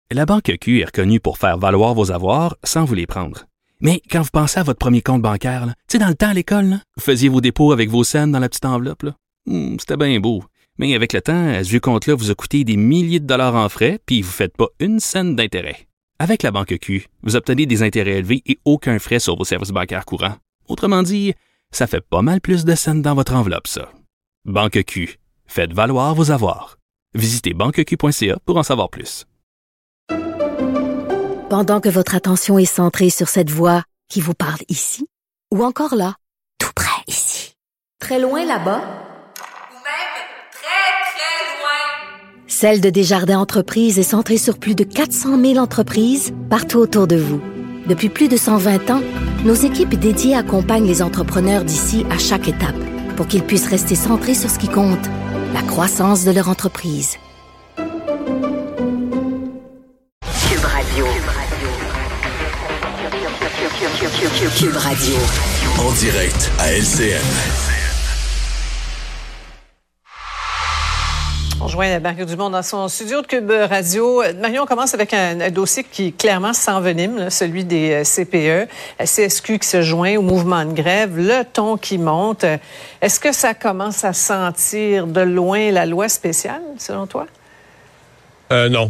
La Banque Q est reconnue pour faire valoir vos avoirs sans vous les prendre. Mais quand vous pensez à votre premier compte bancaire, tu sais, dans le temps à l'école, là, vous faisiez vos dépôts avec vos scènes dans la petite enveloppe. Là. C'était bien beau. Mais avec le temps, ce vieux compte-là vous a coûté des milliers de dollars en frais, puis vous ne faites pas une scène d'intérêt. Avec la Banque Q, vous obtenez des intérêts élevés et aucun frais sur vos services bancaires courants. Autrement dit, ça fait pas mal plus de scènes dans votre enveloppe, ça. Banque Q. Faites valoir vos avoirs. Visitez banqueq.ca pour en savoir plus. Pendant que votre attention est centrée sur cette voix qui vous parle ici, ou encore là, tout près ici, très loin là-bas, ou même très, très loin, Celle de Desjardins Entreprises est centrée sur plus de 400 000 entreprises partout autour de vous. Depuis plus de 120 ans, nos équipes dédiées accompagnent les entrepreneurs d'ici à chaque étape pour qu'ils puissent rester centrés sur ce qui compte, la croissance de leur entreprise. Cube Radio. Cube Radio. En direct à LCN. On rejoint Mario Dumont dans son studio de Cube Radio. Mario, on commence avec un dossier qui clairement s'envenime, là, celui des CPE, la CSQ qui se joint au mouvement de grève, le ton qui monte. Est-ce que ça commence à sentir de loin la loi spéciale, selon toi? Non.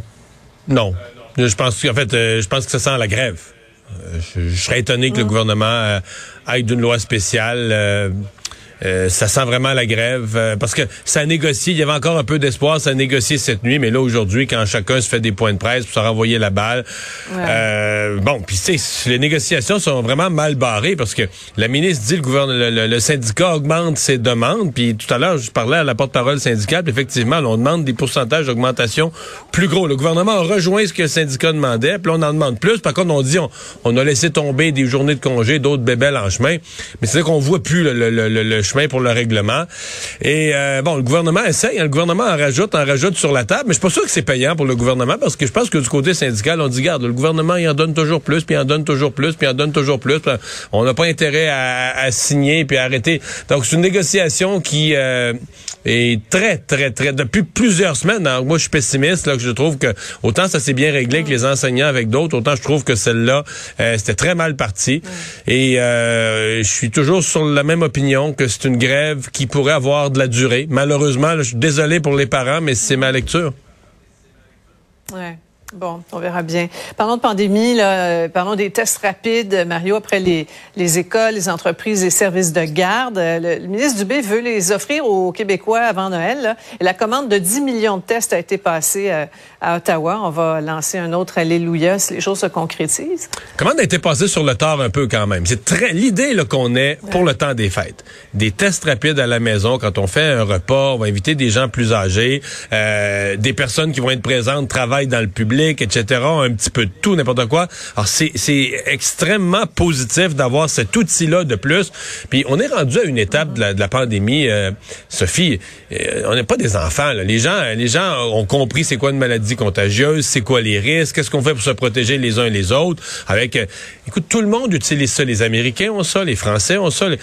Je pense que ça sent la grève. Je serais étonné que le gouvernement aille d'une loi spéciale. Ça sent vraiment la grève parce que ça a négocié, il y avait encore un peu d'espoir, ça a négocié cette nuit, mais là aujourd'hui quand chacun se fait des points de presse pour se renvoyer la balle, puis tu sais, les négociations sont vraiment mal barrées parce que la ministre dit le syndicat augmente ses demandes, puis tout à l'heure je parlais à la porte-parole syndicale, puis effectivement on demande des pourcentages d'augmentation plus gros. Le gouvernement a rejoint ce que le syndicat demandait, puis là on en demande plus. Par contre on dit on a laissé tomber des journées de congé, d'autres bébelles en chemin, mais c'est là qu'on voit plus le chemin pour le règlement. Et le gouvernement essaye, le gouvernement en rajoute sur la table, mais je suis pas sûr que c'est payant pour le gouvernement parce que je pense que du côté syndical, on dit garde, le gouvernement il en donne toujours plus, puis il en donne toujours plus, puis il en donne toujours plus. On n'a pas intérêt à signer puis à arrêter. Donc c'est une négociation qui est très, très, très depuis plusieurs semaines. Alors, moi je suis pessimiste, là, que je trouve que autant ça s'est bien réglé avec les enseignants, avec d'autres, autant je trouve que celle-là, c'était très mal parti. Et je suis toujours sur la même opinion que c'est une grève qui pourrait avoir de la durée. Malheureusement, là, je suis désolé pour les parents, mais c'est ma lecture. Ouais. Bon, on verra bien. Parlons de pandémie, là, parlons des tests rapides, Mario, après les écoles, les entreprises, les services de garde. Le ministre Dubé veut les offrir aux Québécois avant Noël. Là, et la commande de 10 millions de tests a été passée à Ottawa. On va lancer un autre Alléluia si les choses se concrétisent. La commande a été passée sur le tard un peu quand même. C'est très l'idée là, qu'on ait pour le temps des fêtes. Des tests rapides à la maison quand on fait un repas, on va inviter des gens plus âgés, des personnes qui vont être présentes, travaillent dans le public, etc., un petit peu de tout, n'importe quoi. Alors, c'est extrêmement positif d'avoir cet outil-là de plus. Puis, on est rendu à une étape de la pandémie, Sophie. On n'est pas des enfants, là. Les gens ont compris c'est quoi une maladie contagieuse, c'est quoi les risques, qu'est-ce qu'on fait pour se protéger les uns les autres. Écoute, tout le monde utilise ça. Les Américains ont ça, les Français ont ça.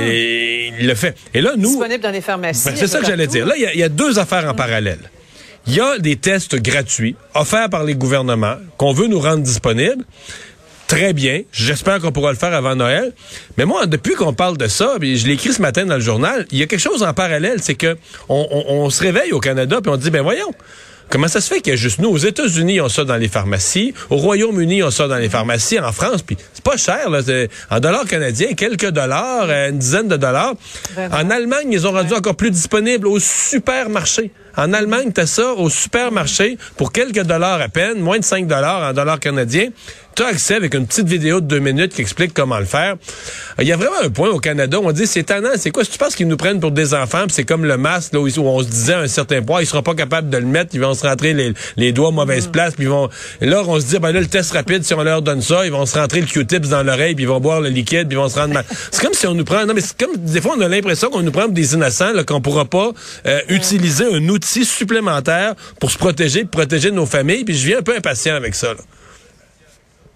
Et il le fait. Et là, nous... Disponible dans les pharmacies. C'est ça que j'allais dire. Là, il y a deux affaires en parallèle. Il y a des tests gratuits offerts par les gouvernements qu'on veut nous rendre disponibles. Très bien. J'espère qu'on pourra le faire avant Noël. Mais moi, depuis qu'on parle de ça, puis je l'ai écrit ce matin dans le journal, il y a quelque chose en parallèle, c'est que on se réveille au Canada puis on dit, voyons, comment ça se fait qu'il y a juste nous? Aux États-Unis, on ça dans les pharmacies. Au Royaume-Uni, on ça dans les pharmacies. En France, puis c'est pas cher, là. En dollars canadiens, quelques dollars, une dizaine de dollars. Vraiment? En Allemagne, ils ont rendu encore plus disponible au supermarché. En Allemagne, t'as ça au supermarché pour quelques dollars à peine, moins de 5 dollars en dollars canadiens. Tu as accès avec une petite vidéo de 2 minutes qui explique comment le faire. Il y a vraiment un point au Canada où on dit, c'est tannant, c'est quoi? Si tu penses qu'ils nous prennent pour des enfants, puis c'est comme le masque, là, où on se disait à un certain point, ils seront pas capables de le mettre, ils vont se rentrer les doigts à mauvaise place, puis ils vont... Et là, on se dit, là, le test rapide, si on leur donne ça, ils vont se rentrer le Q-tips dans l'oreille, puis ils vont boire le liquide, puis ils vont se rendre mal. C'est comme si on nous prend... Non, mais c'est comme, des fois, on a l'impression qu'on nous prend pour des innocents, là, qu'on pourra pas utiliser un outil supplémentaire pour se protéger nos familles, puis je viens un peu impatient avec ça, là.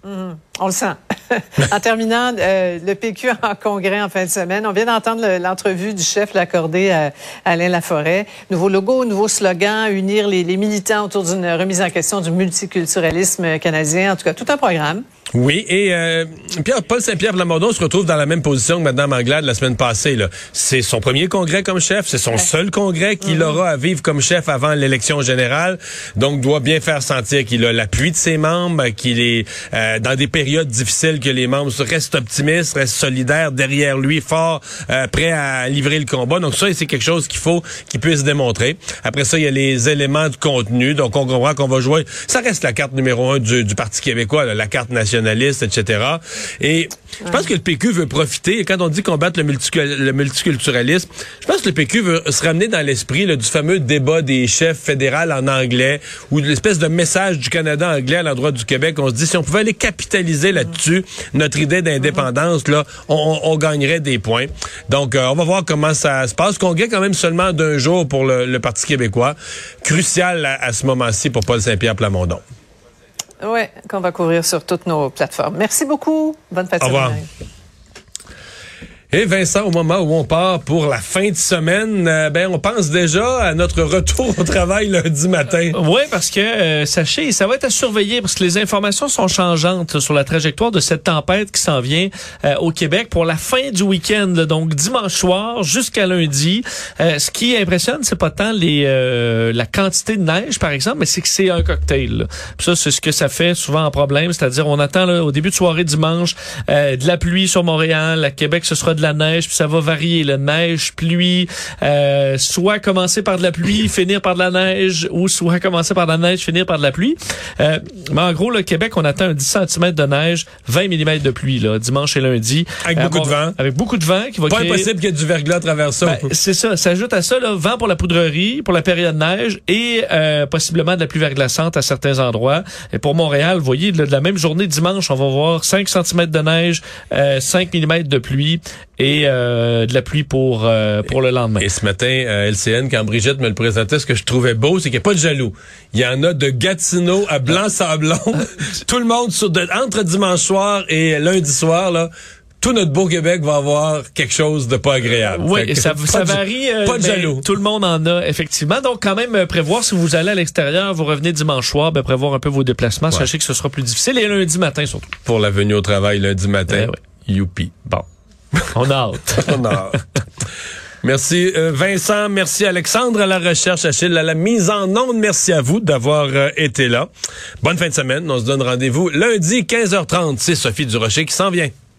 On le sent. En terminant, le PQ en congrès en fin de semaine. On vient d'entendre l'entrevue du chef l'accordé à Alain Laforêt. Nouveau logo, nouveau slogan, unir les militants autour d'une remise en question du multiculturalisme canadien. En tout cas, tout un programme. Oui, et Paul Saint-Pierre Plamondon se retrouve dans la même position que Mme Anglade la semaine passée. Là. C'est son premier congrès comme chef, c'est son seul congrès qu'il aura à vivre comme chef avant l'élection générale, donc doit bien faire sentir qu'il a l'appui de ses membres, qu'il est dans des périodes difficiles, que les membres restent optimistes, restent solidaires derrière lui, forts, prêts à livrer le combat. Donc ça, c'est quelque chose qu'il faut qu'il puisse démontrer. Après ça, il y a les éléments de contenu, donc on comprend qu'on va jouer. Ça reste la carte numéro 1 du Parti québécois, là, la carte nationaliste, etc. Et je pense que le PQ veut profiter, et quand on dit combattre le multiculturalisme, je pense que le PQ veut se ramener dans l'esprit là, du fameux débat des chefs fédéraux en anglais, ou de l'espèce de message du Canada anglais à l'endroit du Québec. On se dit, si on pouvait aller capitaliser là-dessus, notre idée d'indépendance, là, on gagnerait des points. Donc, on va voir comment ça se passe. Congrès quand même seulement d'un jour pour le Parti québécois. Crucial à ce moment-ci pour Paul Saint-Pierre Plamondon. Oui, qu'on va couvrir sur toutes nos plateformes. Merci beaucoup. Bonne fête. Au revoir. Et Vincent, au moment où on part pour la fin de semaine, on pense déjà à notre retour au travail lundi matin. Oui, parce que, sachez, ça va être à surveiller parce que les informations sont changeantes sur la trajectoire de cette tempête qui s'en vient au Québec pour la fin du week-end, là, donc dimanche soir jusqu'à lundi. Ce qui impressionne, c'est pas tant la quantité de neige, par exemple, mais c'est que c'est un cocktail. Là. Puis ça, c'est ce que ça fait souvent en problème, c'est-à-dire on attend là, au début de soirée dimanche de la pluie sur Montréal, à Québec, ce sera de la neige, puis ça va varier, la neige, pluie, soit commencer par de la pluie, finir par de la neige, ou soit commencer par de la neige, finir par de la pluie. Mais en gros, le Québec, on attend un 10 cm de neige, 20 mm de pluie, là, dimanche et lundi. Avec beaucoup de vent. Avec beaucoup de vent qui va créer... Pas impossible qu'il y ait du verglas à travers ça. C'est ça. S'ajoute à ça, là, vent pour la poudrerie, pour la période neige, et possiblement de la pluie verglaçante à certains endroits. Et pour Montréal, vous voyez, de la même journée, dimanche, on va voir 5 cm de neige, 5 mm de pluie, et de la pluie pour le lendemain. Et ce matin, LCN, quand Brigitte me le présentait, ce que je trouvais beau, c'est qu'il n'y a pas de jaloux. Il y en a de Gatineau à Blanc-Sablon. Tout le monde, entre dimanche soir et lundi soir, là, tout notre beau Québec va avoir quelque chose de pas agréable. Oui, et ça varie. Pas de jaloux. Tout le monde en a, effectivement. Donc, quand même, prévoir si vous allez à l'extérieur, vous revenez dimanche soir, prévoir un peu vos déplacements. Ouais. Sachez que ce sera plus difficile. Et lundi matin, surtout. Pour la venue au travail lundi matin. Youpi. Bon. On a hâte. On a hâte. Merci Vincent, merci Alexandre à la recherche, Achille à la mise en onde. Merci à vous d'avoir été là. Bonne fin de semaine. On se donne rendez-vous lundi 15h30. C'est Sophie Durocher qui s'en vient.